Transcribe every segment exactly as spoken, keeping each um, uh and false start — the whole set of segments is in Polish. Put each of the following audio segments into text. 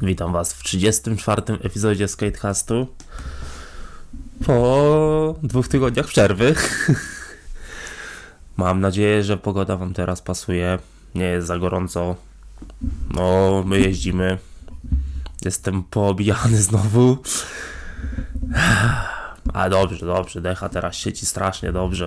Witam Was w trzydziestym czwartym epizodzie Skatecastu po dwóch tygodniach przerwy. Mam nadzieję, że pogoda Wam teraz pasuje, nie jest za gorąco. No, my jeździmy. Jestem poobijany znowu. A dobrze, dobrze, decha teraz sieci strasznie dobrze.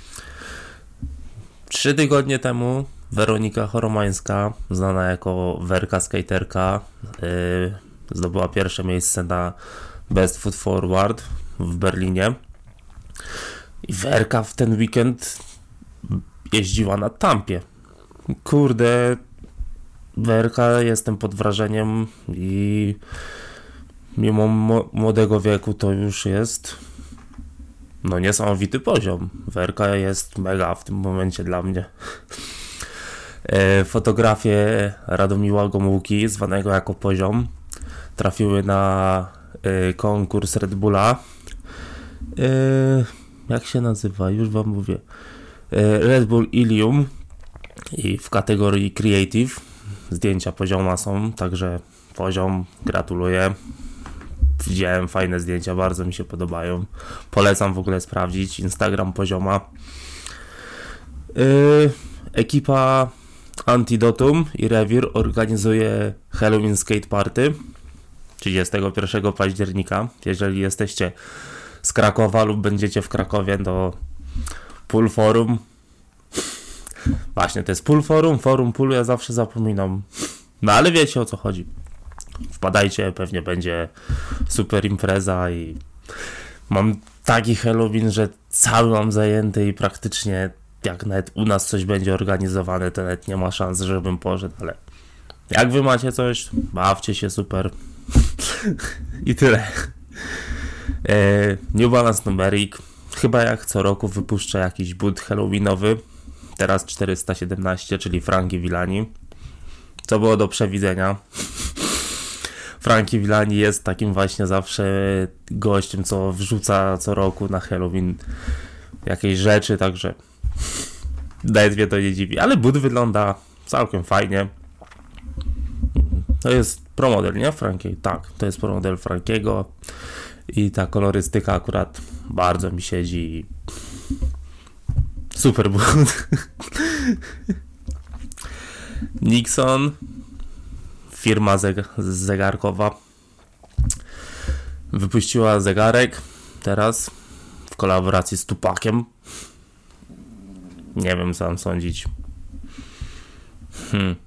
Trzy tygodnie temu Weronika Choromańska, znana jako Werka Skaterka, yy, zdobyła pierwsze miejsce na Best Foot Forward w Berlinie. I Werka w ten weekend jeździła na Tampie. Kurde, Werka, jestem pod wrażeniem i mimo mo- młodego wieku to już jest no niesamowity poziom. Werka jest mega w tym momencie dla mnie. Fotografie Radomiła Gomułki, zwanego jako Poziom, trafiły na konkurs Red Bulla. Jak się nazywa? Już Wam mówię. Red Bull Ilium i w kategorii Creative. Zdjęcia Pozioma są, także Poziom, gratuluję. Widziałem fajne zdjęcia, bardzo mi się podobają. Polecam w ogóle sprawdzić Instagram Pozioma. Yy, ekipa Antidotum i Rewir organizuje Halloween Skate Party trzydziestego pierwszego października. Jeżeli jesteście z Krakowa lub będziecie w Krakowie, to Pool Forum. Właśnie, to jest Pool Forum, Forum Pool, ja zawsze zapominam. No ale wiecie, o co chodzi. Wpadajcie, pewnie będzie super impreza i mam taki Halloween, że cały mam zajęty i praktycznie jak nawet u nas coś będzie organizowane, to nawet nie ma szans, żebym poszedł, ale jak wy macie coś, bawcie się super. I tyle. e, New Balance Numeric chyba jak co roku wypuszcza jakiś but halloweenowy. Teraz czterysta siedemnaście, czyli Frankie Villani, co było do przewidzenia. Frankie Villani jest takim właśnie zawsze gościem, co wrzuca co roku na Halloween jakieś rzeczy, także nawet mnie to nie dziwi, ale but wygląda całkiem fajnie. To jest promodel, nie? Frankie, tak, to jest promodel Frankiego i ta kolorystyka akurat bardzo mi siedzi. Super but. Nixon, firma zeg- zegarkowa, wypuściła zegarek teraz w kolaboracji z Tupaciem. Nie wiem, co mam sądzić. Hmm.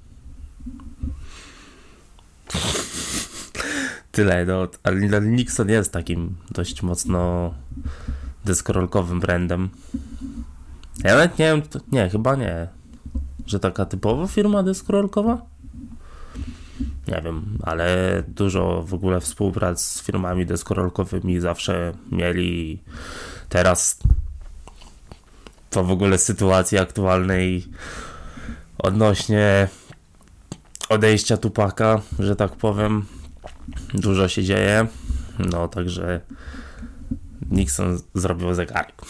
Tyle, no, ale Nixon jest takim dość mocno deskorolkowym brandem. Ja nawet nie wiem, to, nie, chyba nie, że taka typowa firma deskorolkowa? Nie wiem, ale dużo w ogóle współprac z firmami deskorolkowymi zawsze mieli. Teraz to w ogóle sytuacji aktualnej odnośnie odejścia Tupaka, że tak powiem, dużo się dzieje. No, także Nixon zrobił zegarek.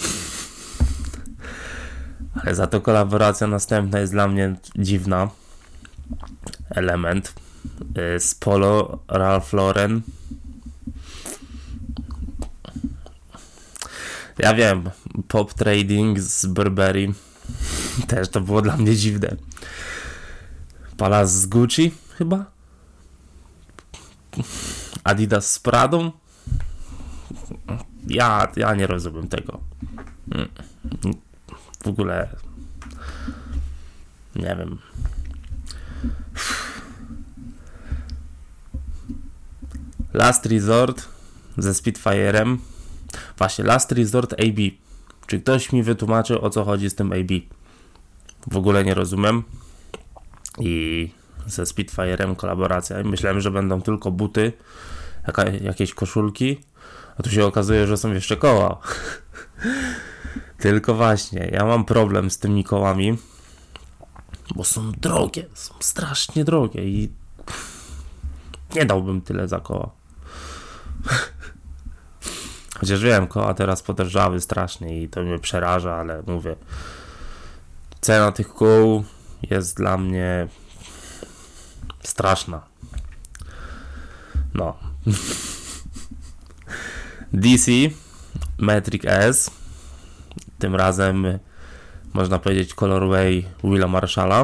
Ale za to kolaboracja następna jest dla mnie dziwna. Element z Polo Ralph Lauren. Ja wiem, Pop Trading z Burberry też to było dla mnie dziwne. Palace z Gucci chyba? Adidas z Pradą? Ja, ja nie rozumiem tego. W ogóle nie wiem. Last Resort ze Spitfire'em. Właśnie, Last Resort A B. Czy ktoś mi wytłumaczy, o co chodzi z tym A B? W ogóle nie rozumiem. I ze Spitfire'em kolaboracja. Myślałem, że będą tylko buty, jaka, jakieś koszulki, a tu się okazuje, że są jeszcze koła. Tylko właśnie, ja mam problem z tymi kołami, bo są drogie, są strasznie drogie i nie dałbym tyle za koła. Chociaż wiem, koła teraz podrożały strasznie i to mnie przeraża, ale mówię, cena tych kół jest dla mnie straszna. no. D C Matrix S, tym razem można powiedzieć colorway Willa Marshalla.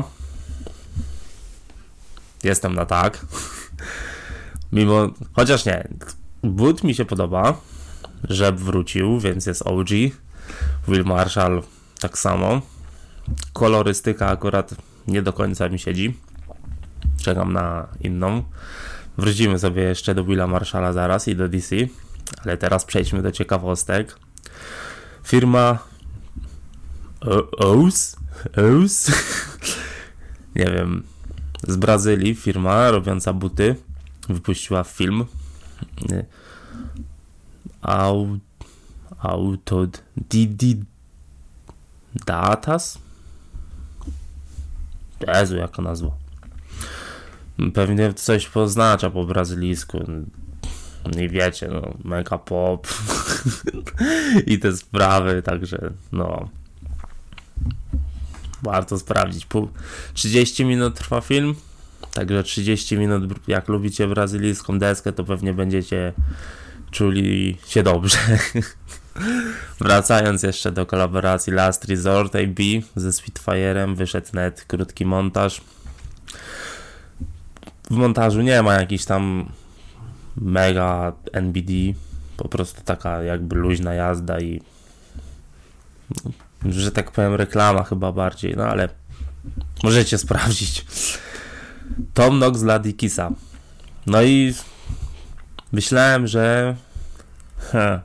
Jestem na tak. Mimo, chociaż nie, but mi się podoba, Rzep wrócił, więc jest O G. Will Marshall tak samo. Kolorystyka akurat nie do końca mi siedzi. Czekam na inną. Wrócimy sobie jeszcze do Willa Marshalla zaraz i do D C, ale teraz przejdźmy do ciekawostek. Firma O S O S nie wiem, z Brazylii, firma robiąca buty wypuściła film Auto Didi Datas? Jezu, jaka nazwa. Pewnie coś poznacza po brazylijsku. I wiecie, no, mega pop i te sprawy, także no warto sprawdzić. Pół, trzydzieści minut trwa film, także trzydzieści minut, jak lubicie brazylijską deskę, to pewnie będziecie czuli się dobrze. Wracając jeszcze do kolaboracji Last Resort A B ze Spitfire'em, wyszedł net krótki montaż. W montażu nie ma jakiś tam mega N B D, po prostu taka jakby luźna jazda i że tak powiem reklama chyba bardziej, no ale możecie sprawdzić. Tom Knox dla Dickiesa. No i myślałem, że he,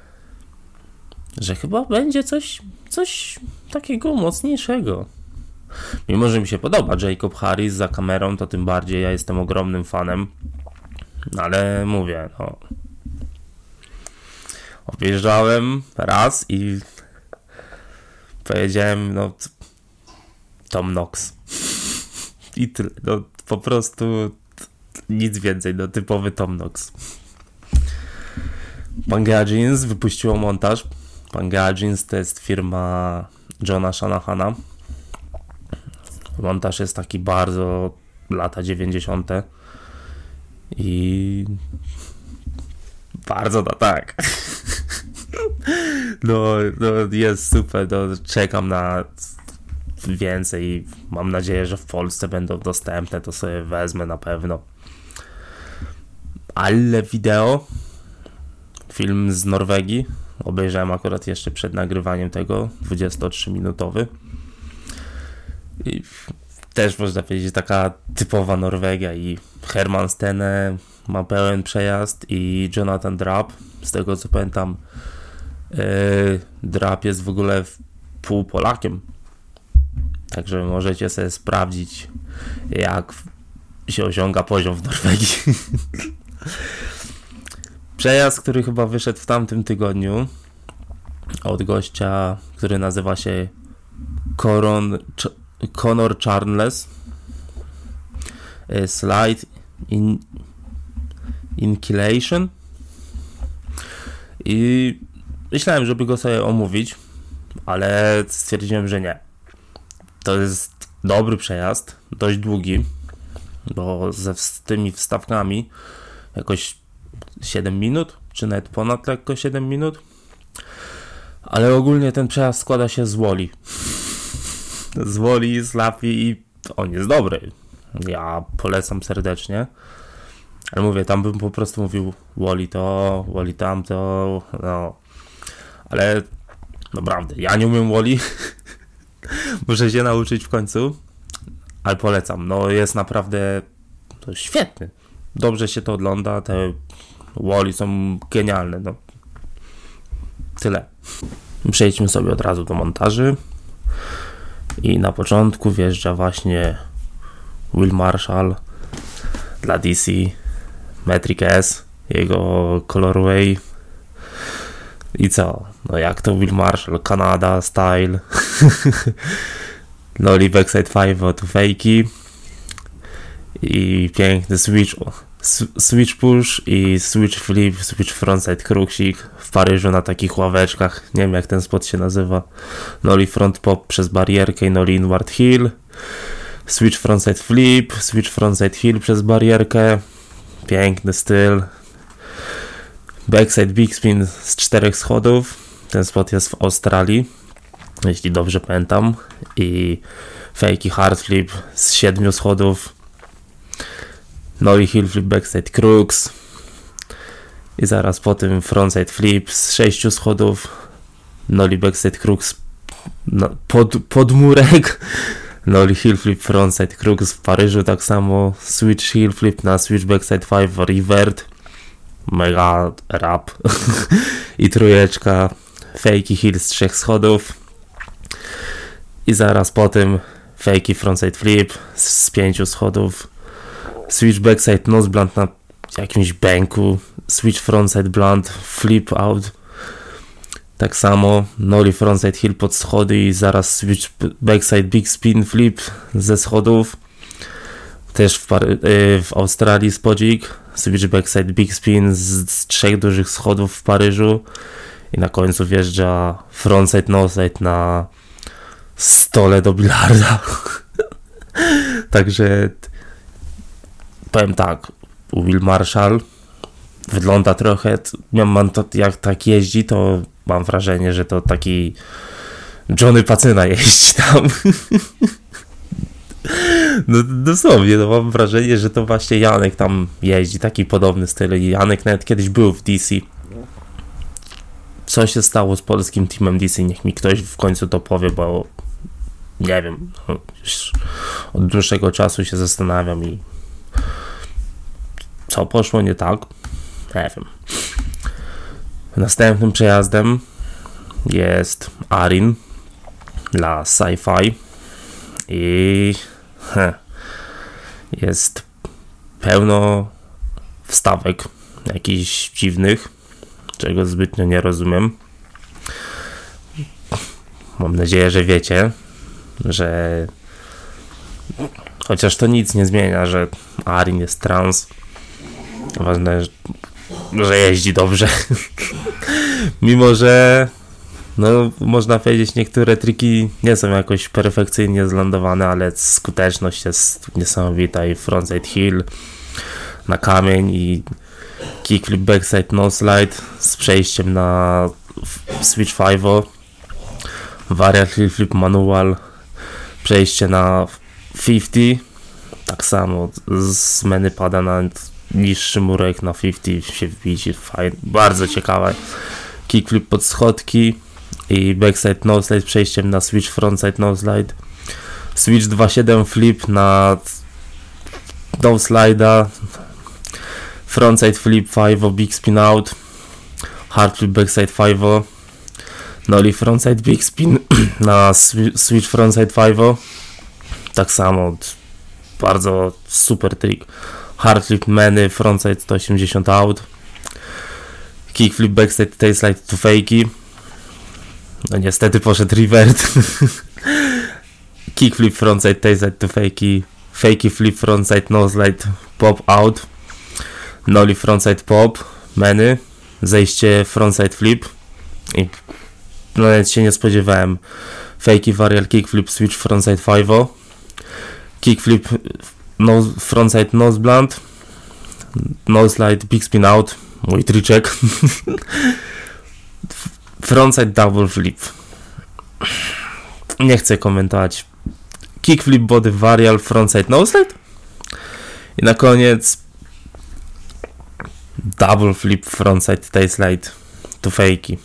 że chyba będzie coś coś takiego mocniejszego. Mimo, że mi się podoba Jacob Harris za kamerą, to tym bardziej ja jestem ogromnym fanem. No ale mówię, no objeżdżałem raz i powiedziałem, no Tom Knox i tyle, no po prostu nic więcej, no typowy Tom Knox. Pangea Jeans wypuściło montaż. Pangea Jeans to jest firma Johna Shanahana. Montaż jest taki bardzo lata dziewięćdziesiąte i bardzo na tak. No, no jest super, no, czekam na więcej. Mam nadzieję, że w Polsce będą dostępne, to sobie wezmę na pewno. Ale wideo, film z Norwegii, obejrzałem akurat jeszcze przed nagrywaniem tego, dwudziestotrzyminutowy. I też można powiedzieć taka typowa Norwegia i Herman Stene ma pełen przejazd i Jonathan Drapp, z tego co pamiętam, yy, Drapp jest w ogóle pół Polakiem, także możecie sobie sprawdzić, jak się osiąga poziom w Norwegii. Przejazd, który chyba wyszedł w tamtym tygodniu od gościa, który nazywa się Coron, Conor Charnless, Slide in, Inculation, i myślałem, żeby go sobie omówić, ale stwierdziłem, że nie. To jest dobry przejazd, dość długi, bo ze, z tymi wstawkami jakoś siedem minut, czy nawet ponad lekko siedem minut, ale ogólnie ten przejazd składa się z Wally. Z Wally, z Laffy i on jest dobry. Ja polecam serdecznie. Ale mówię, tam bym po prostu mówił Wally to, Wally tamto, no. Ale naprawdę, ja nie umiem Wally. Muszę się nauczyć w końcu. Ale polecam, no jest naprawdę to świetny. Dobrze się to ogląda, te Wally są genialne, no. Tyle. Przejdźmy sobie od razu do montaży. I na początku wjeżdża właśnie Will Marshall dla D C, Matrix S, jego colorway. I co? No jak to Will Marshall, Canada style. Nollie backside five od fakey. I piękny switch, switch push i switch flip, switch frontside kruksik w Paryżu na takich ławeczkach, nie wiem jak ten spot się nazywa. Nollie front pop przez barierkę i nollie inward heel, switch frontside flip, switch frontside heel przez barierkę, piękny styl. Backside big spin z czterech schodów. Ten spot jest w Australii, jeśli dobrze pamiętam. I fakey hard flip z siedmiu schodów. Nollie heel flip backside crux. I zaraz po tym frontside flip z sześciu schodów. Nollie backside crux pod, pod murek. Nollie heel flip frontside crux w Paryżu tak samo. Switch heel flip na switch backside five revert. Mega rap. I trójeczka. Fakey heel z trzech schodów. I zaraz po tym fakey frontside flip z pięciu schodów. Switch backside nose blunt na jakimś bęku. Switch frontside blunt, flip out. Tak samo. Nollie frontside heel pod schody i zaraz switch backside big spin flip ze schodów. Też w, Pary- w Australii spodzik. Switch backside big spin z, z trzech dużych schodów w Paryżu. I na końcu wjeżdża frontside noside na stole do bilarda. Także powiem tak, Will Marshall wygląda trochę, mam to, jak tak jeździ, to mam wrażenie, że to taki Johnny Pacyna jeździ tam. No dosłownie, no mam wrażenie, że to właśnie Janek tam jeździ, taki podobny styl. I Janek nawet kiedyś był w D C. Co się stało z polskim teamem D C? Niech mi ktoś w końcu to powie, bo nie wiem, no, już od dłuższego czasu się zastanawiam i co poszło nie tak? Nie wiem. Następnym przejazdem jest Arin dla Sci-Fi i heh, jest pełno wstawek jakichś dziwnych, czego zbytnio nie rozumiem. Mam nadzieję, że wiecie, że chociaż to nic nie zmienia, że Arin jest trans. Ważne, że jeździ dobrze. Mimo, że no, można powiedzieć, niektóre triki nie są jakoś perfekcyjnie zlandowane, ale skuteczność jest niesamowita i frontside heel na kamień i kickflip backside no slide z przejściem na switch five, varial heel flip manual, przejście na pięćdziesiąt, tak samo z meny pada na niższy murek na pięćdziesiąt się wbić, fajnie, bardzo ciekawe. Kickflip pod schodki i backside no slide z przejściem na switch frontside no slide. Switch dwa siedem flip na no slide'a. Frontside flip five big spin out. Hard flip backside five. Nollie frontside big spin na switch frontside five. Tak samo, bardzo super trik. Hard flip many frontside sto osiemdziesiąt out. Kickflip backside tail slide to fakey. No niestety poszedł revert. Kickflip frontside tail slide to fakey. Fakey flip frontside no slide pop out. Nollie frontside pop many. Zejście frontside flip. I no nawet się nie spodziewałem. Fakey varial kickflip switch frontside five. Kickflip nose, frontside nose blunt. No slide big spin out. Mój triczek. Frontside double flip. Nie chcę komentować. Kickflip body varial frontside no slide. I na koniec double flip frontside tail slide to fakey.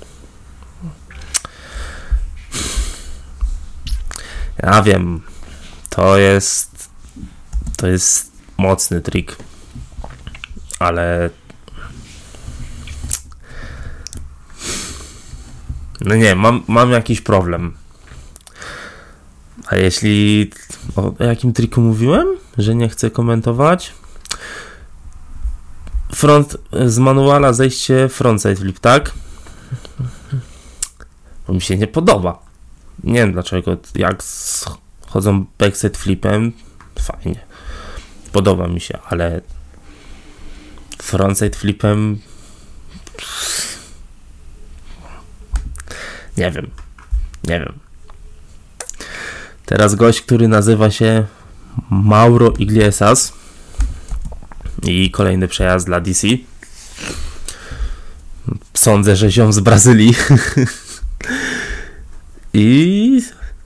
Ja wiem, to jest to jest mocny trik, ale no nie, mam, mam jakiś problem. A jeśli o jakim triku mówiłem, że nie chcę komentować? Front z manuala zejście frontside flip, tak? Bo mi się nie podoba. Nie wiem dlaczego, jak chodzą backside flipem, fajnie. Podoba mi się, ale frontside flipem nie wiem. Nie wiem. Teraz gość, który nazywa się Mauro Iglesias. I kolejny przejazd dla D C. Sądzę, że ziom z Brazylii. I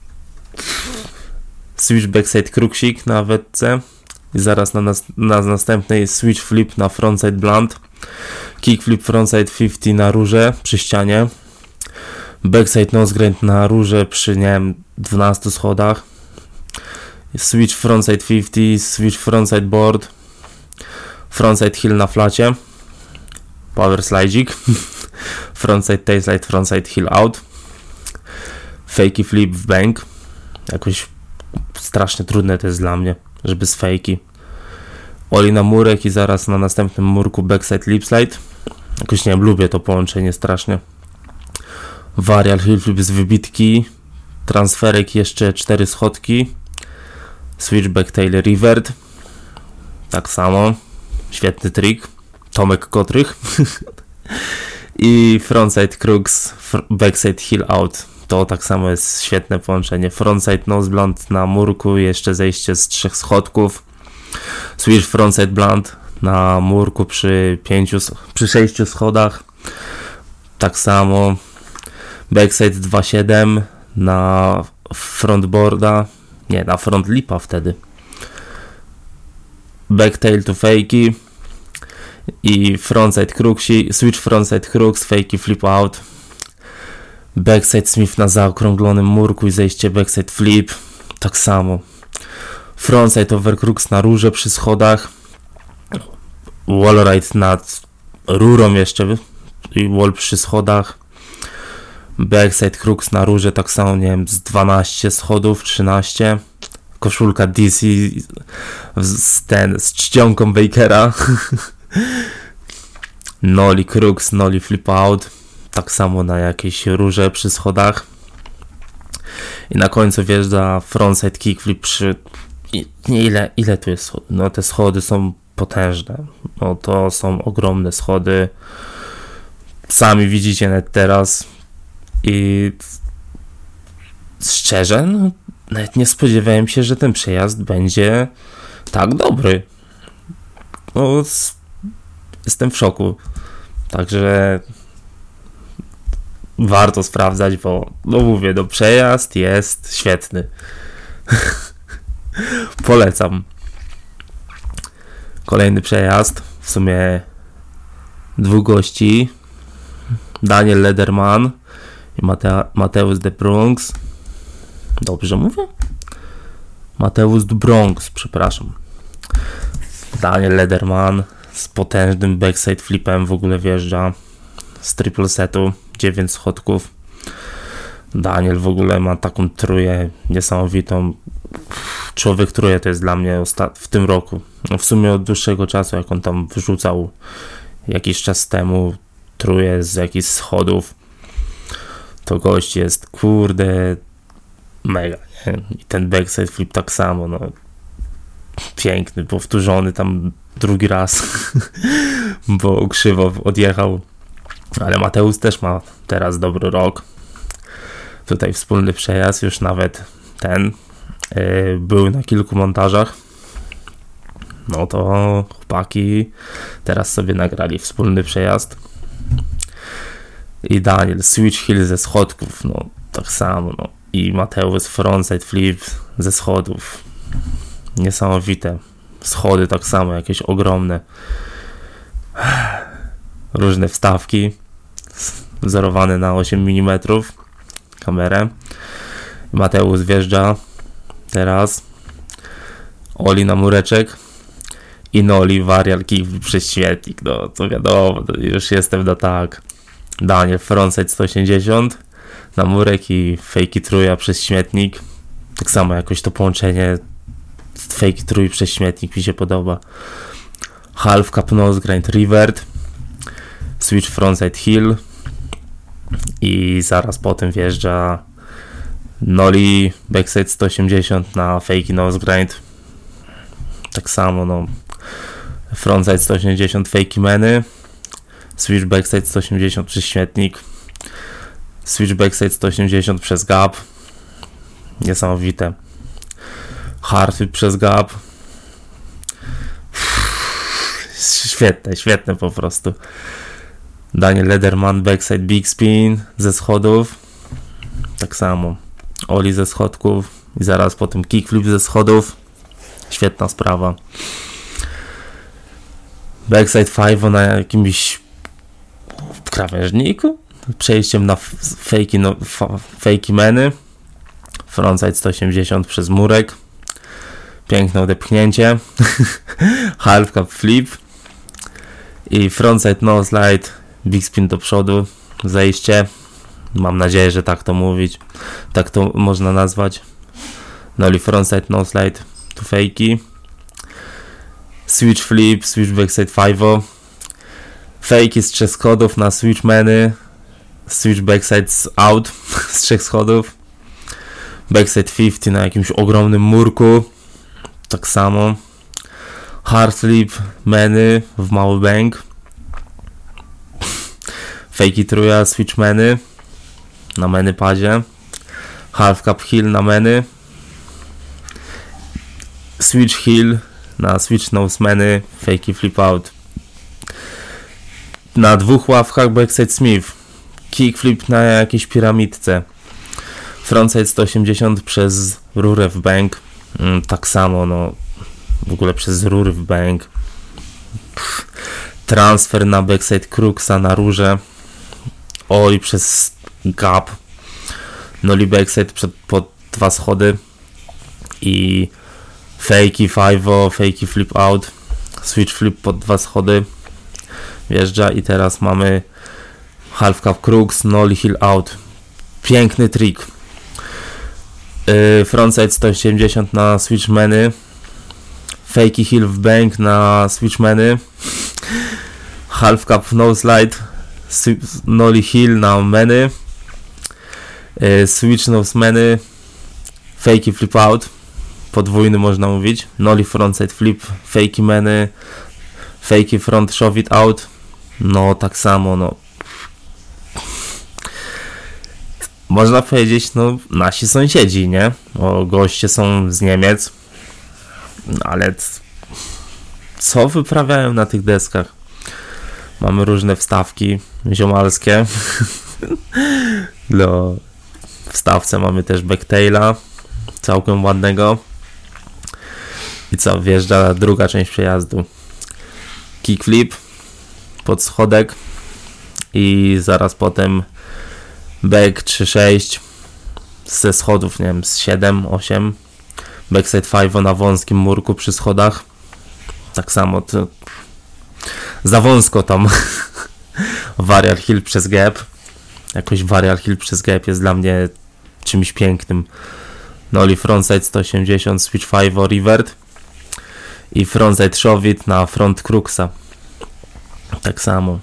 switch backside cruiksik na wetce. I zaraz na, nas, na następnej switch flip na frontside blunt. Kickflip frontside pięćdziesiąt na rurze przy ścianie. Backside nose grind na rurze przy, nie wiem, dwunastu schodach. Switch frontside pięćdziesiąt, switch frontside board. Frontside heel na flacie. Power sliding. Frontside tailslide, frontside heel out. Fakey flip w bank. Jakoś strasznie trudne to jest dla mnie, żeby z fakey. Oli na murek i zaraz na następnym murku backside lip slide. Jakoś nie wiem, lubię to połączenie strasznie. Varial heel flip z wybitki. Transferek jeszcze cztery schodki. Switchback tail revert. Tak samo. Świetny trik. Tomek Kotrych. I frontside crooks, backside heel out. To tak samo jest świetne połączenie. Frontside nose blunt na murku, jeszcze zejście z trzech schodków. Switch frontside blunt na murku przy pięciu, przy sześciu schodach. Tak samo. Backside dwa siedem na frontboarda. Nie, na front lipa wtedy. Backtail to fakey. I frontside crooksi, switch frontside crooks, fakey flip out. Backside Smith na zaokrąglonym murku i zejście backside flip. Tak samo. Frontside overcrooks na rurze przy schodach. Wallride nad rurą jeszcze. I wall przy schodach. Backside crooks na rurze, tak samo, nie wiem, z dwanaście schodów, trzynaście. Koszulka D C z, ten, z czcionką Bakera. Nollie crooks, nollie flip out. Tak samo na jakiejś rurze przy schodach. I na końcu wjeżdża frontside kickflip przy... I, nie, ile, ile tu jest schody? No te schody są potężne. No to są ogromne schody. Sami widzicie nawet teraz. I szczerze, no, nawet nie spodziewałem się, że ten przejazd będzie tak dobry. No, jestem w szoku. Także warto sprawdzać, bo no mówię, no przejazd jest świetny. Polecam. Kolejny przejazd. W sumie dwóch gości. Daniel Lederman i Mate- Mateusz de Bronx. Dobrze mówię? Mateusz de Bronx, przepraszam. Daniel Lederman z potężnym backside flipem w ogóle wjeżdża z triple setu, dziewięć schodków. Daniel w ogóle ma taką trójkę niesamowitą. Człowiek trójkę to jest dla mnie osta- w tym roku. No w sumie od dłuższego czasu, jak on tam wyrzucał jakiś czas temu trójkę z jakichś schodów, to gość jest, kurde, mega, nie? I ten backside flip tak samo, no piękny, powtórzony tam drugi raz, bo krzywo odjechał. Ale Mateusz też ma teraz dobry rok. Tutaj wspólny przejazd, już nawet ten yy, był na kilku montażach. No to chłopaki teraz sobie nagrali wspólny przejazd. I Daniel switch hill ze schodków, no tak samo, no. I Mateusz frontside flip ze schodów. Niesamowite. Schody tak samo, jakieś ogromne. Różne wstawki. Wzorowane na osiem milimetrów. Kamerę. Mateusz wjeżdża teraz. Oli na mureczek. I Nollie varial kick przez śmietnik. No to wiadomo, to już jestem na tak. Daniel frontside sto osiemdziesiąt na murek i fakey trójka przez śmietnik. Tak samo jakoś to połączenie fake trój przez śmietnik mi się podoba. Half cap nose grind revert. Switch frontside heel. I zaraz potem wjeżdża Nollie backside sto osiemdziesiąt na fake nose grind. Tak samo, no. Frontside sto osiemdziesiąt fake many. Switch backside sto osiemdziesiąt przez śmietnik. Switch backside sto osiemdziesiąt przez gap. Niesamowite. Hard flip przez gap. świetne, świetne po prostu. Daniel Lederman, backside big spin ze schodów. Tak samo. Oli ze schodków i zaraz potem kickflip ze schodów. Świetna sprawa. Backside five na jakimś krawężniku. Przejściem na fejki, no, fejki meny. Frontside sto osiemdziesiąt przez murek. Piękne odepchnięcie. Half cup flip. I frontside no slide. Big spin do przodu. Zejście. Mam nadzieję, że tak to mówić. Tak to można nazwać. Nollie frontside no slide. Tu fejki. Switch flip. Switch backside five. Fejki z trzech schodów na switch meny. Switch backside out z trzech schodów. Backside pięćdziesiąt na jakimś ogromnym murku. Tak samo. Hard flip meny w mały bank. Fakey truja switch meny na meny padzie. Half cup heel na meny. Switch heel na switch nose meny. Fakey flip out. Na dwóch ławkach backside smith. Kickflip na jakiejś piramidce. Frontside sto osiemdziesiąt przez rurę w bank. Mm, tak samo, no. W ogóle przez rury w bank. Pff. Transfer na backside cruxa na rurze. Oli przez gap. Nollie backside przed, pod dwa schody. I fakey five, fakey flip out. Switch flip pod dwa schody. Wjeżdża i teraz mamy half cup crux, nollie heel out. Piękny trik. Yy, frontside sto osiemdziesiąt na switch meny. Fakey heel w bank na switch meny. Half cup no slide. Nollie heel na meny. Yy, switch nose meny. Fakey flip out. Podwójny można mówić. Nollie frontside flip. Fakey meny. Fakey front shove it out. No tak samo, no. Można powiedzieć, no nasi sąsiedzi, nie? Bo goście są z Niemiec. No, ale co wyprawiają na tych deskach? Mamy różne wstawki ziomalskie. No, w stawce mamy też backtaila. Całkiem ładnego. I co? Wjeżdża druga część przejazdu. Kickflip pod schodek. I zaraz potem back trzy sześć ze schodów, nie wiem, z siedem osiem. Backside pięć na wąskim murku przy schodach. Tak samo to za wąsko tam. Varial heel przez gap. Jakoś varial heel przez gap jest dla mnie czymś pięknym. Nollie frontside sto osiemdziesiąt, switch pięć revert. I frontside shove it na front cruxa. Tak samo.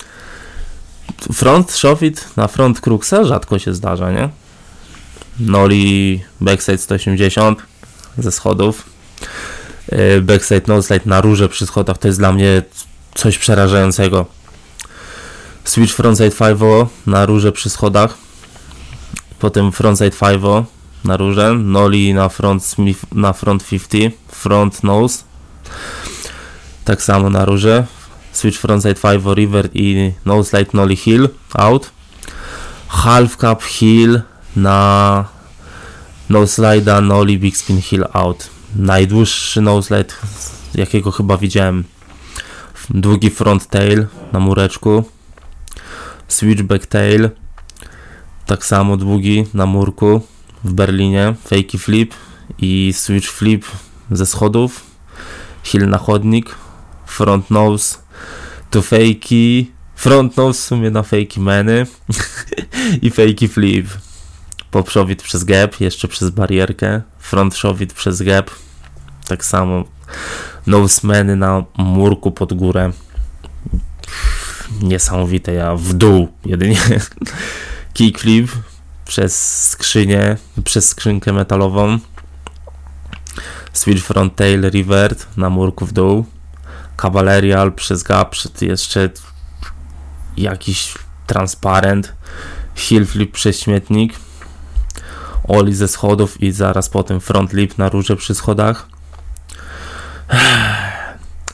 Front shove it na front cruxa rzadko się zdarza, nie? Nollie backside sto osiemdziesiąt ze schodów. Backside no slide na rurze przy schodach to jest dla mnie coś przerażającego. Switch frontside pięć na rurze przy schodach. Potem frontside pięć na rurze. Nollie na front smith, na front pięćdziesiąt. Front nose. Tak samo na rurze. Switch frontside pięć revert i no slide nollie heel out. Half cup heel na no slide nollie big spin heel out. Najdłuższy no slide jakiego chyba widziałem. Długi front tail na mureczku. Switch back tail. Tak samo długi na murku w Berlinie. Fakey flip i switch flip ze schodów. Heel na chodnik. Front nose to fakey. Front nose w sumie na fakey meny. I fakey flip. Pop shove it przez gap, jeszcze przez barierkę. Front shove it przez gap. Tak samo. Nose meny na murku pod górę. Niesamowite, ja w dół jedynie. Kickflip przez skrzynię, przez skrzynkę metalową. Switch front tail revert na murku w dół. Cavalerial przez gap, jeszcze jakiś transparent. Heel flip przez śmietnik. Oli ze schodów i zaraz potem front lip na rurze przy schodach.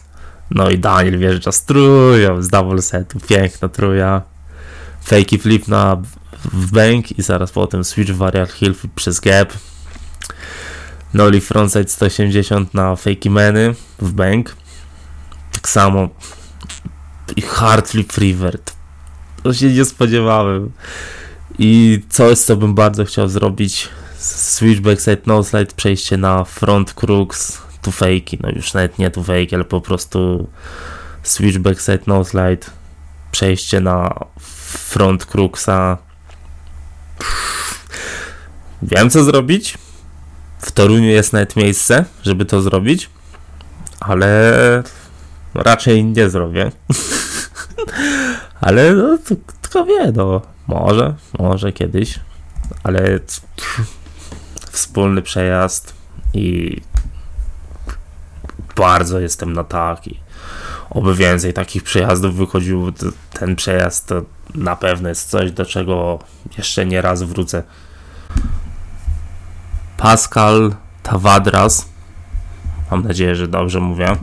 No i Daniel wjeżdża z trójką, z double setu, piękna trója. Fakey flip na w bank i zaraz potem switch varial heel flip przez gap. Nollie frontside sto osiemdziesiąt na fakey many w bank. Tak samo. I hard flip freevert. To się nie spodziewałem. I coś, co bym bardzo chciał zrobić. Switch backside no slide, przejście na front crux to fakey. No już nawet nie to fakey, ale po prostu switch backside no slide, przejście na front cruxa. Wiem, co zrobić. W Toruniu jest nawet miejsce, żeby to zrobić, ale raczej nie zrobię. Ale no, to, kto wie, no może, może kiedyś, ale wspólny przejazd i bardzo jestem na tak i oby więcej takich przejazdów wychodziło. Ten przejazd to na pewno jest coś, do czego jeszcze nie raz wrócę. Pascal Tawadras, mam nadzieję, że dobrze mówię.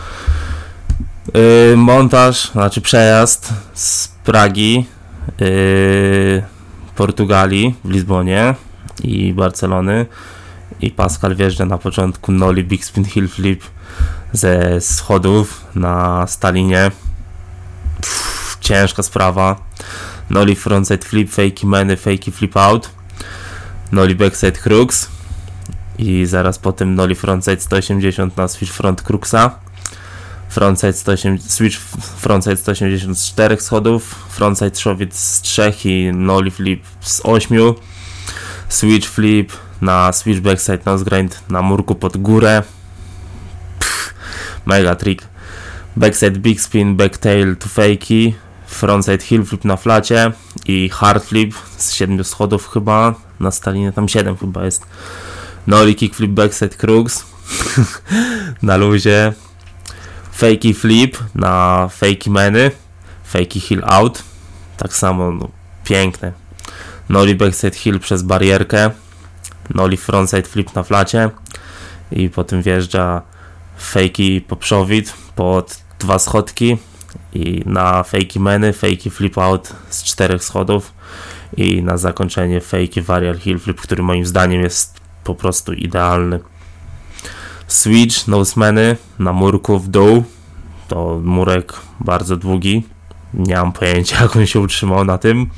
Yy, montaż, znaczy przejazd z Pragi, yy, Portugalii, w Lizbonie i Barcelony. I Pascal wjeżdża na początku nollie big spin heel flip ze schodów na Stalinie. Pff, ciężka sprawa. Nollie frontside flip, fakey many, fakey flip out. Nollie backside crux. I zaraz potem nollie frontside sto osiemdziesiąt na switch front cruxa. Frontside sto osiemdziesiąt, switch frontside sto osiemdziesiąt z czterech schodów. Frontside shove z trzech i nollie flip z ośmiu. Switch flip na switch backside nose grind na murku pod górę. Pff, mega trick. Backside big spin, backtail to fakey. Frontside heel flip na flacie i hard flip z siedmiu schodów chyba na Stalinie, tam siedem chyba jest. Nollie kickflip backside crux na luzie. Fakey flip na fakey many, fakey heel out, tak samo, no, piękne. Nollie backside heel przez barierkę, nollie frontside flip na flacie i potem wjeżdża fakey poprzowid pod dwa schodki i na fakey many, fakey flip out z czterech schodów i na zakończenie fakey varial heel flip, który moim zdaniem jest po prostu idealny. Switch nose many na murku w dół, to murek bardzo długi, nie mam pojęcia, jak on się utrzymał na tym.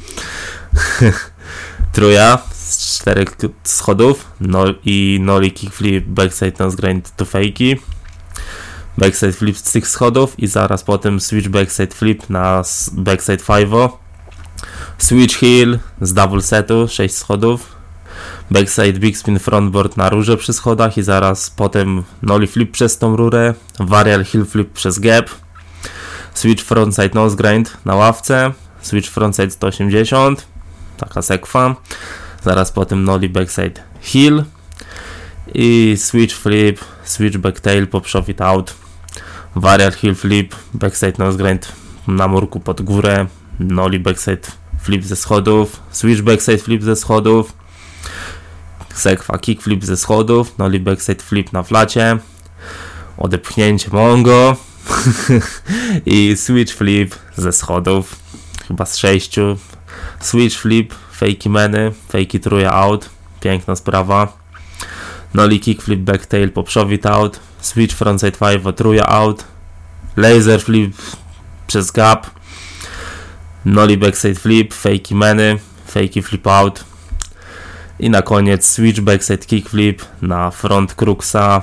Truja z czterech schodów, no i nollie kickflip backside nose grind to fakey, backside flip z tych schodów i zaraz potem switch backside flip na backside five, switch heel z double setu, sześć schodów, backside big spin frontboard na rurze przy schodach i zaraz potem nollie flip przez tą rurę, varial heel flip przez gap, switch frontside nose grind na ławce, switch frontside sto osiemdziesiąt, taka sekwa, zaraz potem nollie backside heel i switch flip, switch backtail poprzowid out, varial heel flip, backside nose grind na murku pod górę, nollie backside flip ze schodów, switch backside flip ze schodów, sekwa kickflip ze schodów, nollie backside flip na flacie, odepchnięcie mongo i switch flip ze schodów, chyba z sześciu, switch flip, fakey many, fakey truja out, piękna sprawa, nollie kickflip backtail poprzowid out, switch frontside five truja out, laser flip przez gap, nollie backside flip, fakey many, fakey flip out i na koniec switch backside kickflip na front cruxa.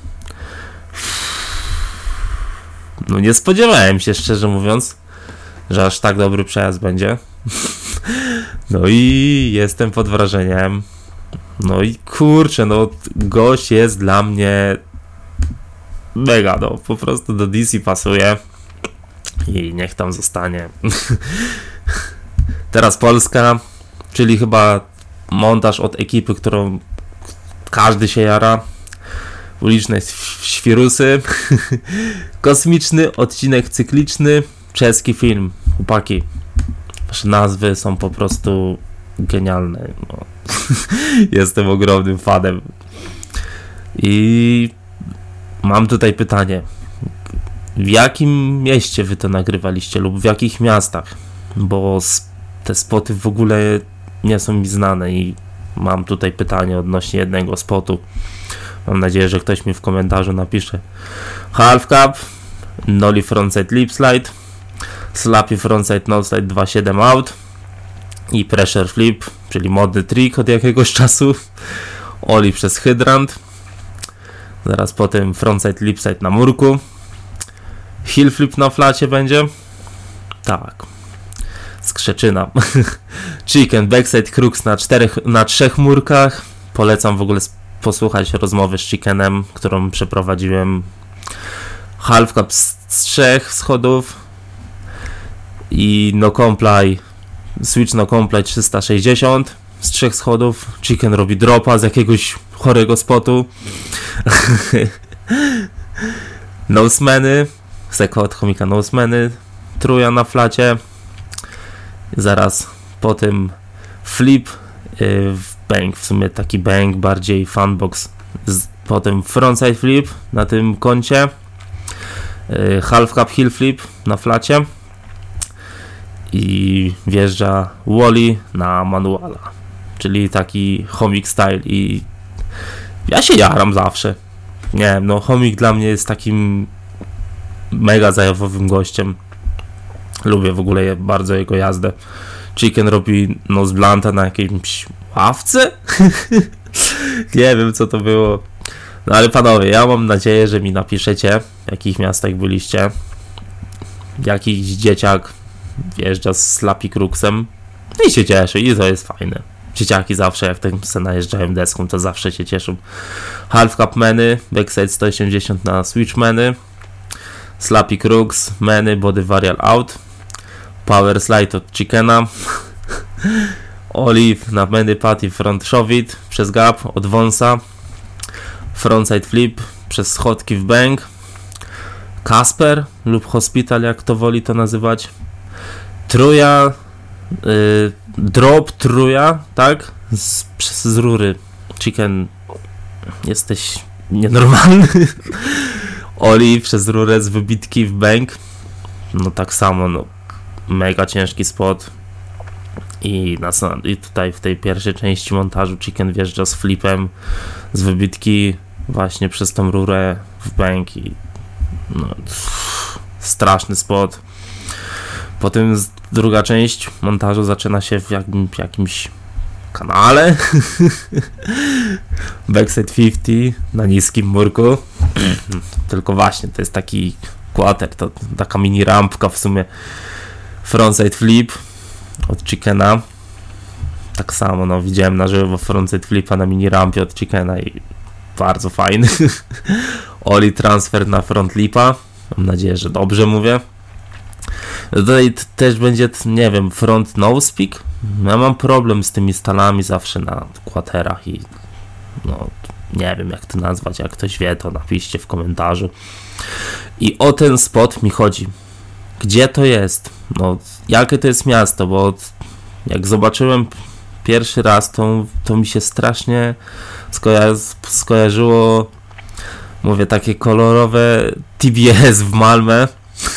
No nie spodziewałem się, szczerze mówiąc, że aż tak dobry przejazd będzie. No i jestem pod wrażeniem. No i kurczę, no gość jest dla mnie mega, no po prostu do D C pasuje i niech tam zostanie. Teraz Polska, czyli chyba montaż od ekipy, którą każdy się jara. Uliczne świrusy. Kosmiczny odcinek cykliczny. Czeski film. Chłopaki, wasze nazwy są po prostu genialne. No. Jestem ogromnym fanem. I mam tutaj pytanie. w jakim mieście wy to nagrywaliście lub w jakich miastach? Bo te spoty w ogóle nie są mi znane i mam tutaj pytanie odnośnie jednego spotu. Mam nadzieję, że ktoś mi w komentarzu napisze. Half Cup, Nollie Frontside Lip Slide, Slappy Frontside Noseslide dwa siedem out i Pressure Flip, czyli modny trik od jakiegoś czasu. Ollie przez hydrant. Zaraz potem Frontside Lip Slide na murku. Heel Flip na flacie będzie. Tak. Skrzeczyna. Chicken Backside Crux na, czterech, na trzech murkach. Polecam w ogóle posłuchać rozmowy z Chickenem, którą przeprowadziłem. Half Cup z, z trzech schodów i No Comply, Switch No Comply trzysta sześćdziesiąt z trzech schodów. Chicken robi dropa z jakiegoś chorego spotu. Nosemany, Seko od chomika Nosemany, truja na flacie. Zaraz po tym flip yy, w bank, w sumie taki bank, bardziej funbox. Z, potem frontside flip na tym kącie. Yy, half cup heel flip na flacie. I wjeżdża Wally na manuala. Czyli taki chomik style i ja się jaram zawsze. Nie wiem, no chomik dla mnie jest takim mega zajawowym gościem. Lubię w ogóle je, bardzo jego jazdę. Chicken robi nose blunta na jakiejś ławce? Nie wiem, co to było. No ale panowie, ja mam nadzieję, że mi napiszecie, w jakich miastach byliście. Jakiś dzieciak wjeżdża z Slappy Cruxem. I się cieszy, i to jest fajne. Dzieciaki zawsze, jak tak se najeżdżają deską, to zawsze się cieszą. Half Cup Many, Backside sto osiemdziesiąt na Switch Many. Slappy Crux, Many, Body Varial Out. Power Slide od Chickena. Olive na Many Patty Front Shove It przez gap od Wonsa. Frontside Flip przez schodki w bank. Casper lub Hospital, jak to woli to nazywać. Truja, yy, drop truja, tak? Z, z, z rury. Chicken, jesteś nienormalny. Oli przez rurę z wybitki w bank. No tak samo, no mega ciężki spot. I, na, I tutaj w tej pierwszej części montażu Chicken wjeżdża z flipem z wybitki właśnie przez tą rurę w bank i no, pff, straszny spot. Potem druga część montażu zaczyna się w jakim, jakimś kanale. Backside pięćdziesiąt na niskim murku. Tylko właśnie, to jest taki quarter, to taka mini rampka w sumie. Frontside flip od Chickena. Tak samo, no widziałem na żywo frontside flipa na mini rampie od Chickena i bardzo fajny. Oli transfer na front lipa. Mam nadzieję, że dobrze mówię. Tutaj t- też będzie, nie wiem, front nose pick. Ja mam problem z tymi stalami zawsze na quarterach i no nie wiem jak to nazwać, jak ktoś wie to napiszcie w komentarzu. I o ten spot mi chodzi. Gdzie to jest? No jakie to jest miasto, bo jak zobaczyłem pierwszy raz, to, to mi się strasznie skoja- skojarzyło, mówię, takie kolorowe T B S w Malmę.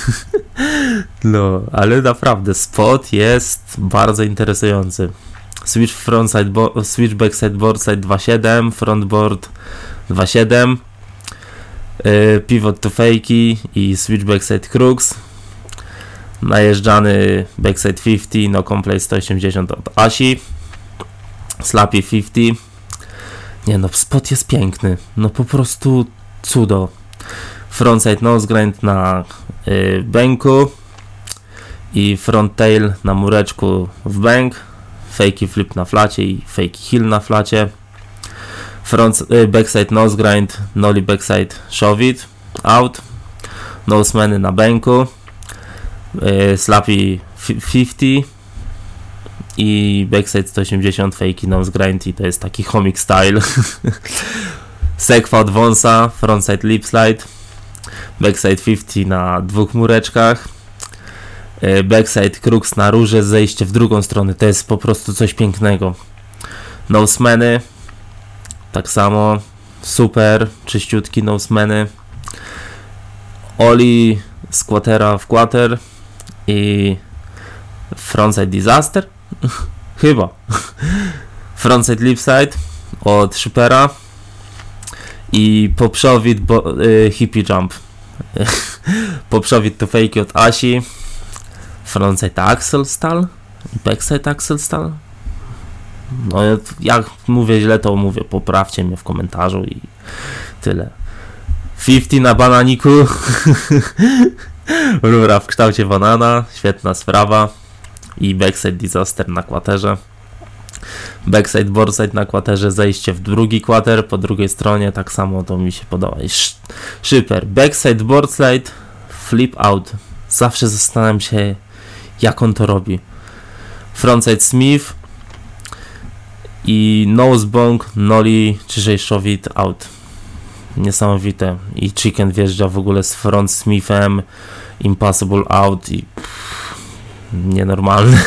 No, ale naprawdę spot jest bardzo interesujący. Switch frontside, bo- switch backside boardside dwa siedem, frontboard dwa siedem, yy, pivot to fakey i switch backside crux. Najeżdżany backside pięćdziesiąt, no complete sto osiemdziesiąt od Asi. Slappy pięćdziesiąt. Nie no, spot jest piękny. No po prostu cudo. Frontside nose grind na y, banku i front tail na mureczku w bank. Fakey flip na flacie i fakey heel na flacie. Front, y, backside nose grind, nollie backside shove it out. Nosemany na banku. Y, slappy pięćdziesiąt i backside sto osiemdziesiąt fakey nose grind i to jest taki chomik style. Sekwa od Wonsa, frontside lip slide. Backside pięćdziesiąt na dwóch mureczkach. Backside crux na rurze, zejście w drugą stronę. To jest po prostu coś pięknego. Nosemany. Tak samo. Super. Czyściutki nosemany. Oli squattera w quarter i frontside disaster? Chyba. Frontside lipside od Shippera i poprzowid bo, y, hippie jump. Poprzowid to fake od Asi. Frontside axel stall, backside axel stall. No jak mówię źle, to mówię, poprawcie mnie w komentarzu i tyle. pięćdziesiąt na bananiku. Rura w kształcie banana, świetna sprawa. I backside disaster na kwaterze. Backside boardside na kwaterze, zejście w drugi kwater, po drugiej stronie, tak samo to mi się podoba. I Shipper, backside boardside, flip out. Zawsze zastanawiam się, jak on to robi. Frontside Smith i nosebong, nollie, czy shove out. Niesamowite. I Chicken wjeżdża w ogóle z front Smithem, impossible out i pff, nienormalne.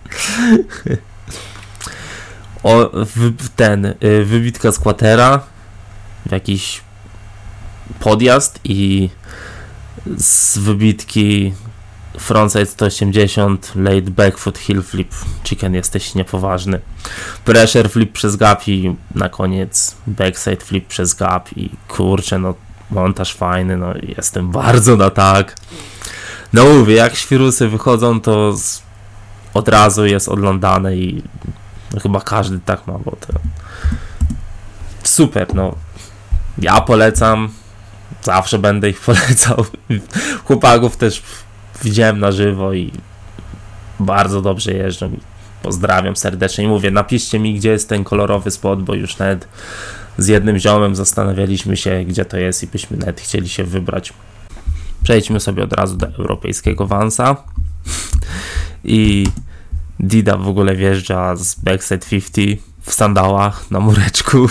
O, w, ten, y, wybitka z quartera, jakiś podjazd i z wybitki frontside sto osiemdziesiąt, late backfoot heel flip. Chicken, jesteś niepoważny. Pressure flip przez gap i na koniec backside flip przez gap i kurczę, no montaż fajny, no jestem bardzo na tak. No mówię, jak świrusy wychodzą, to z, od razu jest oglądane i no, chyba każdy tak ma, bo to super, no ja polecam, zawsze będę ich polecał. Chłopaków też widziałem na żywo i bardzo dobrze jeżdżą. Pozdrawiam serdecznie i mówię, napiszcie mi, gdzie jest ten kolorowy spot, bo już nawet z jednym ziomem zastanawialiśmy się, gdzie to jest i byśmy nawet chcieli się wybrać. Przejdźmy sobie od razu do europejskiego Vansa. I Dida w ogóle wjeżdża z backside pięćdziesiąt w sandałach na mureczku.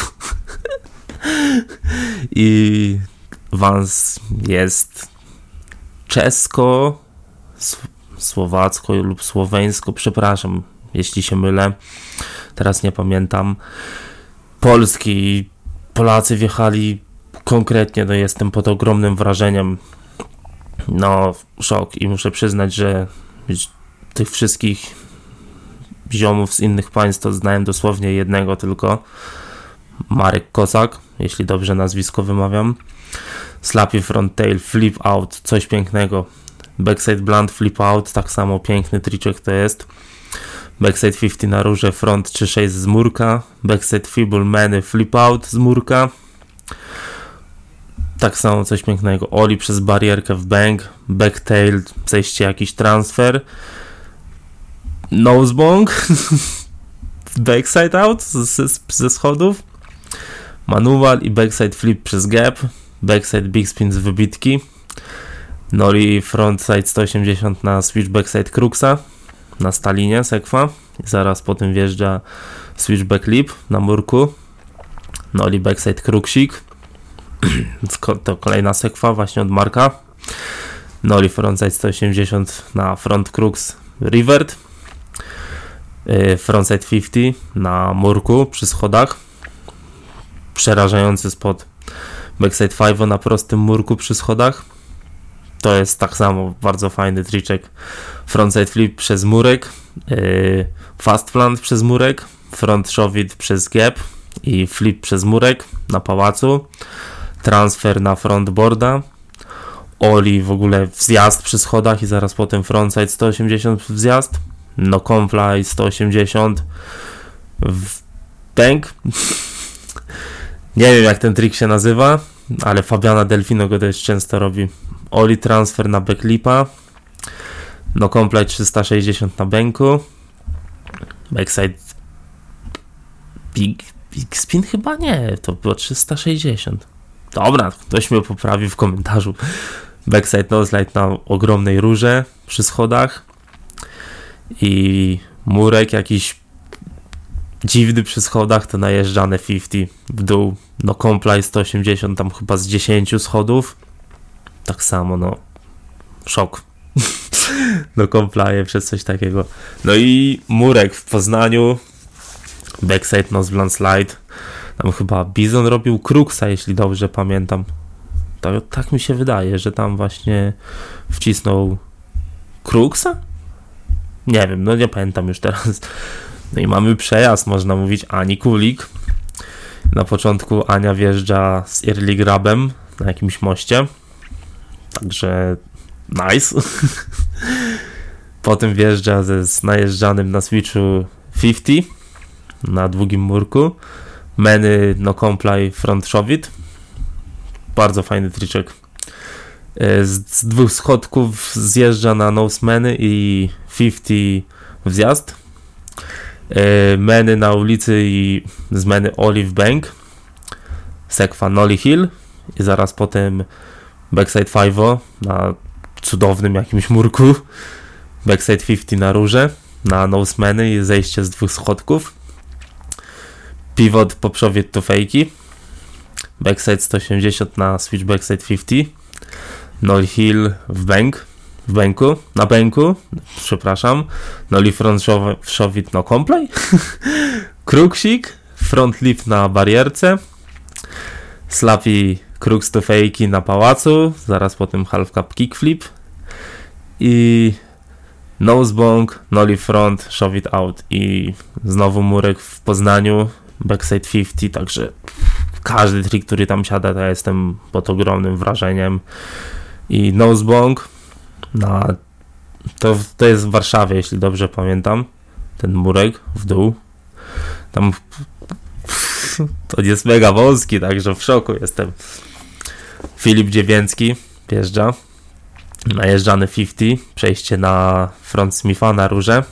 I Vans jest czesko, słowacko lub słoweńsko, przepraszam, jeśli się mylę, teraz nie pamiętam. Polski, Polacy wjechali konkretnie, no jestem pod ogromnym wrażeniem. No, szok i muszę przyznać, że tych wszystkich ziomów z innych państw to znałem dosłownie jednego tylko. Marek Kosak, jeśli dobrze nazwisko wymawiam. Slappy front tail, flip out, coś pięknego. Backside blunt, flip out, tak samo piękny triczek to jest. Backside pięćdziesiąt na rurze, front trzy sześć z murka. Backside feeble many, flip out z murka. Tak samo coś pięknego. Ollie przez barierkę w bang. Backtail, zejście jakiś transfer. Nosebong. Backside out ze, ze schodów. Manual i backside flip przez gap. Backside big spin z wybitki. Nollie frontside sto osiemdziesiąt na switch backside Cruxa na Stalinie sekwa. I zaraz po tym wjeżdża switchback lip na murku. Nollie backside Cruxik. To kolejna sekwa właśnie od Marka. Nollie frontside sto osiemdziesiąt na front Crux revert. Frontside pięćdziesiąt na murku przy schodach. Przerażający spot. Backside pięć na prostym murku przy schodach. To jest tak samo bardzo fajny triczek. Frontside flip przez murek. Yy, fast plant przez murek. Front shove it przez gap. I flip przez murek na pałacu. Transfer na frontboarda. Ollie w ogóle wzjazd przy schodach i zaraz potem frontside sto osiemdziesiąt wzjazd. No comply sto osiemdziesiąt. W bank. Nie wiem jak ten trik się nazywa, ale Fabiana Delfino go też często robi. Ollie transfer na backlipa. No comply trzysta sześćdziesiąt na banku. Backside big, big spin chyba nie, to było trzysta sześćdziesiąt. Dobra, ktoś mnie poprawi w komentarzu. Backside noselide na ogromnej rurze przy schodach. I murek jakiś dziwny przy schodach, to najeżdżane pięćdziesiąt w dół. No comply sto osiemdziesiąt tam chyba z dziesięciu schodów. Tak samo, no szok. No comply przez coś takiego. No i murek w Poznaniu. Backside nose blunt slide. Tam chyba Bizon robił Cruxa, jeśli dobrze pamiętam. Tak, tak mi się wydaje, że tam właśnie wcisnął Kruxa? Nie wiem, no nie pamiętam już teraz. No i mamy przejazd, można mówić, Ani Kulik. Na początku Ania wjeżdża z early grabem na jakimś moście. Także nice. Potem wjeżdża ze z najeżdżanym na switchu pięćdziesiąt na długim murku. Meny no comply front shove-it. Bardzo fajny triczek. Z, z dwóch schodków zjeżdża na nose meny i pięćdziesiąt w zjazd. Meny na ulicy i z meny Olive Bank. Sekwa Nolly Hill i zaraz potem backside pięć na cudownym jakimś murku. Backside pięćdziesiąt na róże, na nose meny i zejście z dwóch schodków. Pivot po przowie to fejki. Backside sto osiemdziesiąt na switch backside pięćdziesiąt. Nolly Hill w bank, w banku, na banku, przepraszam. Nolly front shove-it no comply. Kruksik, front lip na barierce. Slappy Krux to fejki na pałacu, zaraz potem half cap kickflip. I nosebong, nollie front, shove it out i znowu murek w Poznaniu, backside pięćdziesiąt, także każdy trik, który tam siada, to ja jestem pod ogromnym wrażeniem. I nosebong, no, to, to jest w Warszawie, jeśli dobrze pamiętam, ten murek w dół, tam to jest mega wąski, także w szoku jestem. Filip Dziewięcki wjeżdża. Najeżdżany pięćdziesiąt, przejście na front Smitha na róże.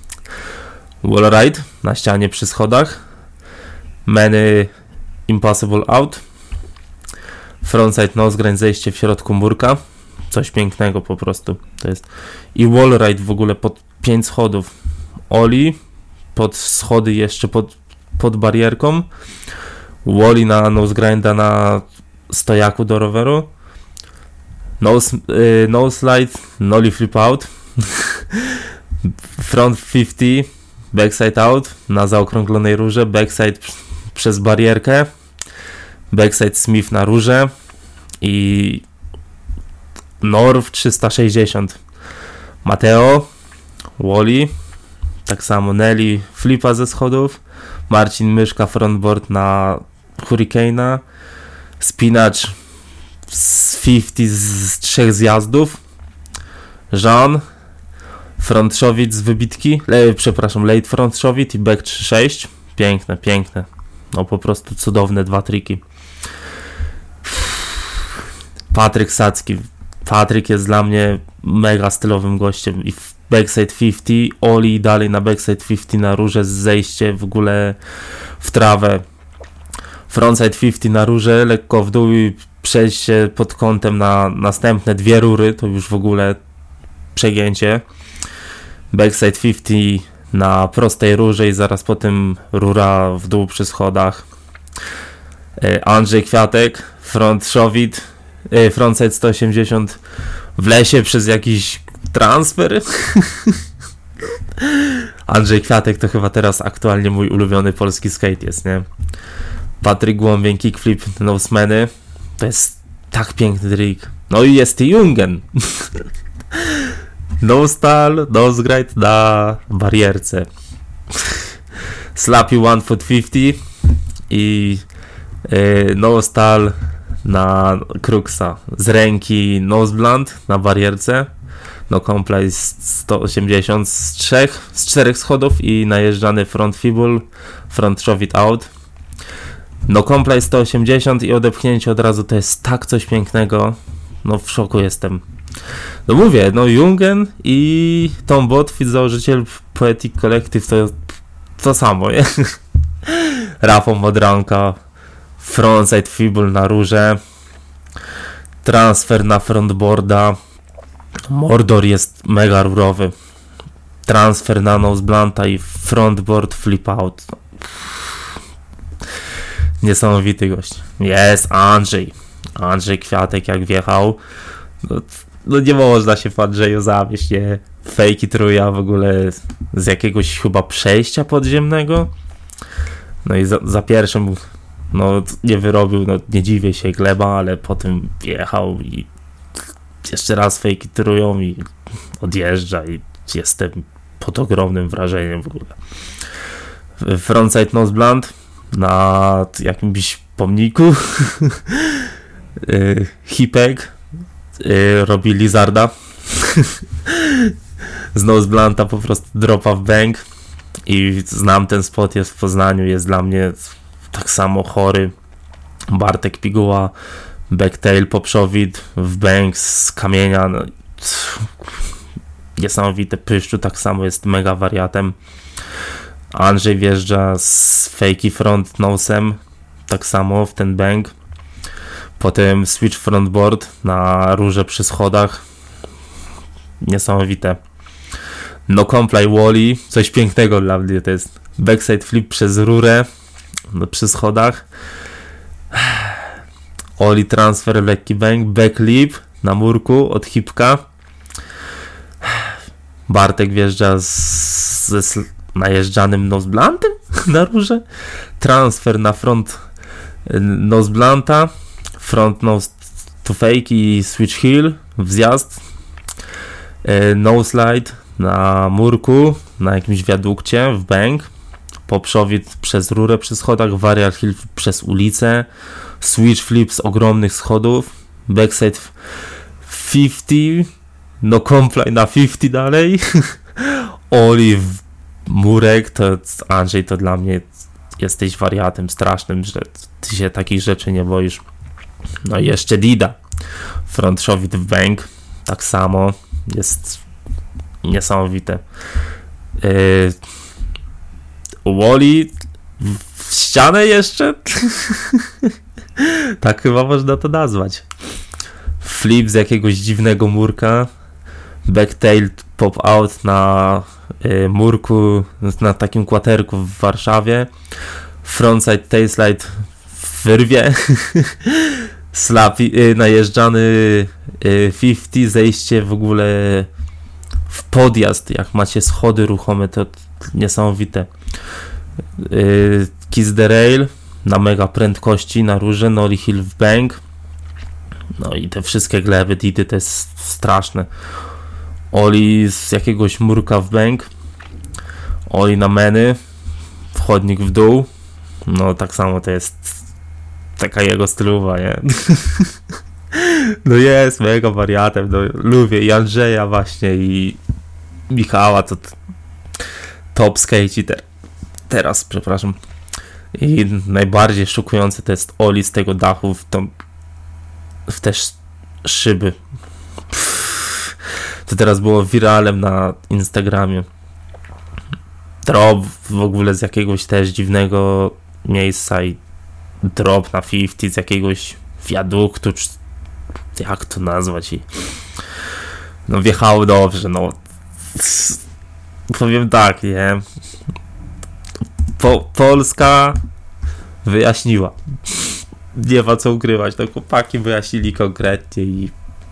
Wallride na ścianie przy schodach. Meny Impossible Out. Frontside nosegrind, zejście w środku murka. Coś pięknego po prostu to jest. I wallride w ogóle pod pięć schodów. Oli pod schody jeszcze pod, pod barierką. Wally na nosegrinda na stojaku do roweru. Nose, y, nose slide, nollie flip out. Front pięćdziesiąt, backside out na zaokrąglonej rurze. Backside p- przez barierkę. Backside Smith na rurze. I Norw trzysta sześćdziesiąt. Mateo, Wally, tak samo Nelly flipa ze schodów. Marcin Myszka frontboard na Hurricane'a. Spinacz z pięćdziesiąt z trzech zjazdów. Jean front shove-it z wybitki, le, przepraszam, late front shove-it i back trzy sześć. Piękne, piękne. No po prostu cudowne dwa triki. Patryk Sacki. Patryk jest dla mnie mega stylowym gościem i w backside pięćdziesiąt, Oli dalej na backside pięćdziesiąt na rurze, zejście w ogóle w trawę. Frontside pięćdziesiąt na rurze, lekko w dół i przejście pod kątem na następne dwie rury, to już w ogóle przegięcie. Backside pięćdziesiąt na prostej rurze i zaraz potem rura w dół przy schodach. Andrzej Kwiatek, front shove-it, frontside sto osiemdziesiąt w lesie przez jakiś transfer. Andrzej Kwiatek to chyba teraz aktualnie mój ulubiony polski skate jest, nie? Patryk Głąbień, kickflip, nosemeny. To jest tak piękny trik. No i jest Jungen. No stal, nosegrind na barierce. Slappy one foot pięćdziesiąt i yy, no stal na Kruxa. Z ręki nose blunt na barierce. No comply sto osiemdziesiąt z trzech, z czterech schodów i najeżdżany front fibul, front shove it out. No comply sto osiemdziesiąt i odepchnięcie od razu, to jest tak coś pięknego. No w szoku jestem. No mówię, no Jungen i Tom Botwit, założyciel Poetic Collective, to to samo, nie? Rafał Modranka, frontside fibul na rurze, transfer na frontboarda, Mordor jest mega rurowy, transfer na nose blunta i frontboard flip out. Niesamowity gość. Jest Andrzej. Andrzej Kwiatek jak wjechał. No, no nie można się w Andrzeju zawieść, nie? Fejki truja w ogóle z jakiegoś chyba przejścia podziemnego. No i za, za pierwszym no nie wyrobił, no nie dziwię się Gleba, ale potem jechał i jeszcze raz fejki tyrują i odjeżdża i jestem pod ogromnym wrażeniem w ogóle. Frontside nose blunt na jakimś pomniku. Hipek robi Lizarda. Z nose blunta po prostu dropa w bank i znam ten spot, jest w Poznaniu, jest dla mnie tak samo chory. Bartek Piguła, backtail, poprzowid w bank z kamienia, no, niesamowite. Pyszczu tak samo jest mega wariatem. Andrzej wjeżdża z fakey front nosem, tak samo w ten bank. Potem switch frontboard na rurze przy schodach, niesamowite. No comply wally, coś pięknego dla mnie to jest. Backside flip przez rurę no, przy schodach. Ollie transfer, lekki bank, back lip na murku od hipka. Bartek wjeżdża z, z najeżdżanym nose bluntem na rurze. Transfer na front nose blunta. Front nose to fake i switch heel, wzjazd. No slide na murku, na jakimś wiadukcie w bank. Poprzowid przez rurę przy schodach, varial heel przez ulicę. Switch flip z ogromnych schodów. Backside pięćdziesiąt. No comply na pięćdziesiąt dalej. Oli w murek, to Andrzej, to dla mnie jesteś wariatem strasznym, że ty się takich rzeczy nie boisz. No i jeszcze Dida. Front showit w bank. Tak samo. Jest niesamowite. Yy, Wally w ścianę jeszcze? Tak chyba można to nazwać. Flip z jakiegoś dziwnego murka. Backtail pop out na y, murku, na takim kwaterku w Warszawie. Frontside tailslide w wyrwie. Slap y, najeżdżany y, pięćdziesiąt, zejście w ogóle w podjazd, jak macie schody ruchome, to niesamowite. Y, kiss the rail na mega prędkości na rurze, nollie heel w bank. No i te wszystkie gleby, didy to jest straszne. Oli z jakiegoś murka w bank. Oli na meny. Wchodnik w dół. No tak samo to jest taka jego stylowa, nie? No jest mega wariatem. No, lubię i Andrzeja właśnie i Michała, to t- top skate ter- teraz, przepraszam. I najbardziej szokujące to jest Oli z tego dachu w tą w te sz- szyby. Pff, to teraz było wiralem na Instagramie. Drop w ogóle z jakiegoś też dziwnego miejsca i drop na pięćdziesiąt z jakiegoś wiaduktu, czy jak to nazwać, i no wjechało dobrze, no powiem tak, nie, po, Polska wyjaśniła, nie ma co ukrywać, no chłopaki wyjaśnili konkretnie i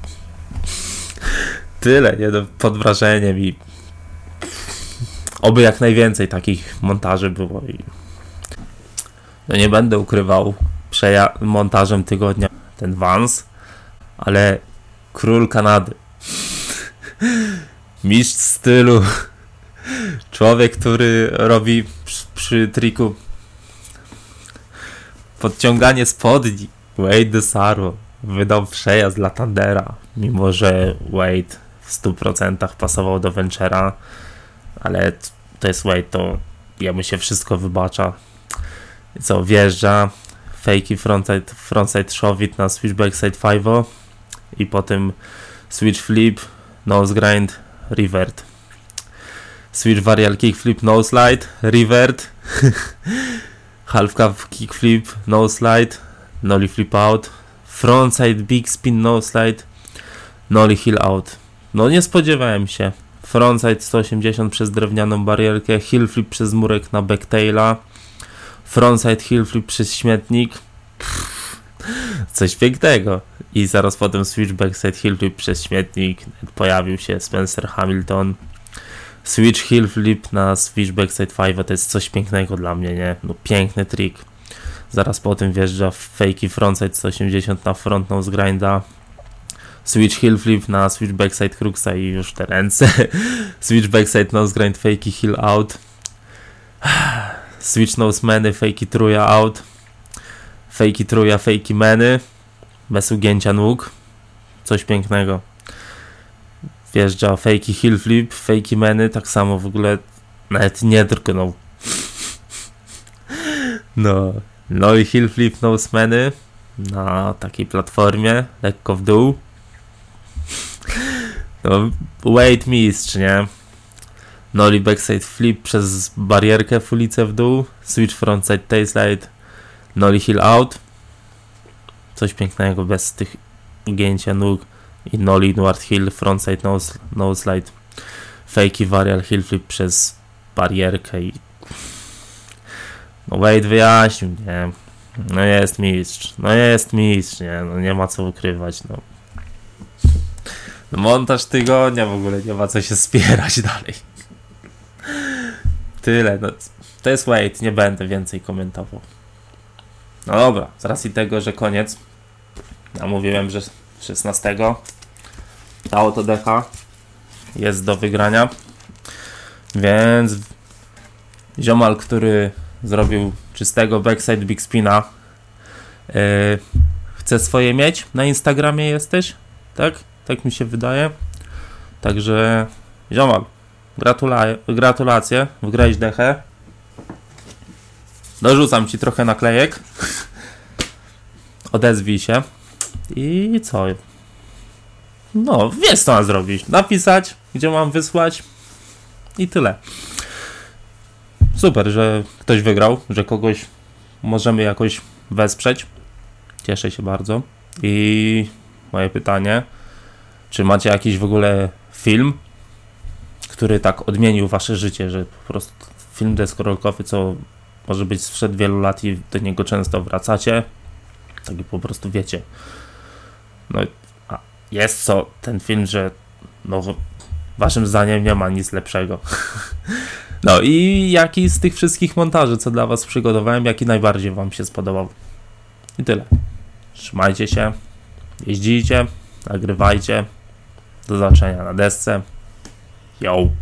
tyle, nie, no, pod wrażeniem i oby jak najwięcej takich montaży było i no nie będę ukrywał, przeja- montażem tygodnia ten Vans, ale król Kanady, mistrz stylu, człowiek, który robi przy, przy triku podciąganie spodni, Wade DeSaro wydał przejazd dla Thundera, mimo że Wade w stu procentach pasował do Ventura, ale to jest Wade, to jemu się wszystko wybacza. Co, wjeżdża, fakey frontside, frontside shove-it na switch backside five i potem switch flip, nose grind, revert. Switch varial kickflip, nose slide, revert. Half cup kickflip, nose slide, nollie flip out. Frontside big spin, nose slide, nollie heel out. No nie spodziewałem się. Frontside sto osiemdziesiąt przez drewnianą barierkę, heel flip przez murek na backtaila. Frontside heel flip przez śmietnik. Pff, coś pięknego. I zaraz potem switch backside heel flip przez śmietnik. Pojawił się Spencer Hamilton. Switch heel flip na switch backside five to jest coś pięknego dla mnie, nie? No piękny trik. Zaraz po tym wjeżdża fakey frontside sto osiemdziesiąt na front nose grinda. Switch heel flip na switch backside crooksa i już te ręce. Switch backside nose grind, fakey heel out. Switch nose many, fakey truja out. Fakey truja, fakey many. Bez ugięcia nóg. Coś pięknego. Wjeżdża fakey heel flip, fakey many, tak samo w ogóle nawet nie drgnął. No, no i heel flip nose many na takiej platformie, lekko w dół. No, wait mistrz, nie? Nollie backside flip przez barierkę w ulicę w dół, switch frontside tailslide, nollie heel out. Coś pięknego bez tych ugięcia nóg. I nollie inward heel frontside nose, nose slide, fakey varial heel flip przez barierkę i no Wade wyjaśnił, nie? No jest mistrz, no jest mistrz, nie? No nie ma co ukrywać, no. No montaż tygodnia, w ogóle nie ma co się spierać dalej. Tyle, no. To jest Wade, nie będę więcej komentował. No dobra, z racji tego, że koniec. Ja mówiłem, że szesnastego ta oto decha jest do wygrania, więc ziomal, który zrobił czystego backside big spina, yy, chce swoje mieć. Na Instagramie jesteś, tak? Tak mi się wydaje. Także ziomal, gratula- gratulacje, wygrałeś dechę. Dorzucam ci trochę naklejek. Odezwij się. I co? No, wiesz co mam zrobić. Napisać, gdzie mam wysłać. I tyle. Super, że ktoś wygrał, że kogoś możemy jakoś wesprzeć. Cieszę się bardzo. I moje pytanie, czy macie jakiś w ogóle film, który tak odmienił wasze życie, że po prostu film deskorolkowy, co może być sprzed wielu lat i do niego często wracacie, tak i po prostu wiecie, no a jest co ten film, że no waszym zdaniem nie ma nic lepszego. No i jaki z tych wszystkich montaży, co dla was przygotowałem, jaki najbardziej wam się spodobał. I tyle. Trzymajcie się, jeździcie, nagrywajcie. Do zobaczenia na desce. Yo!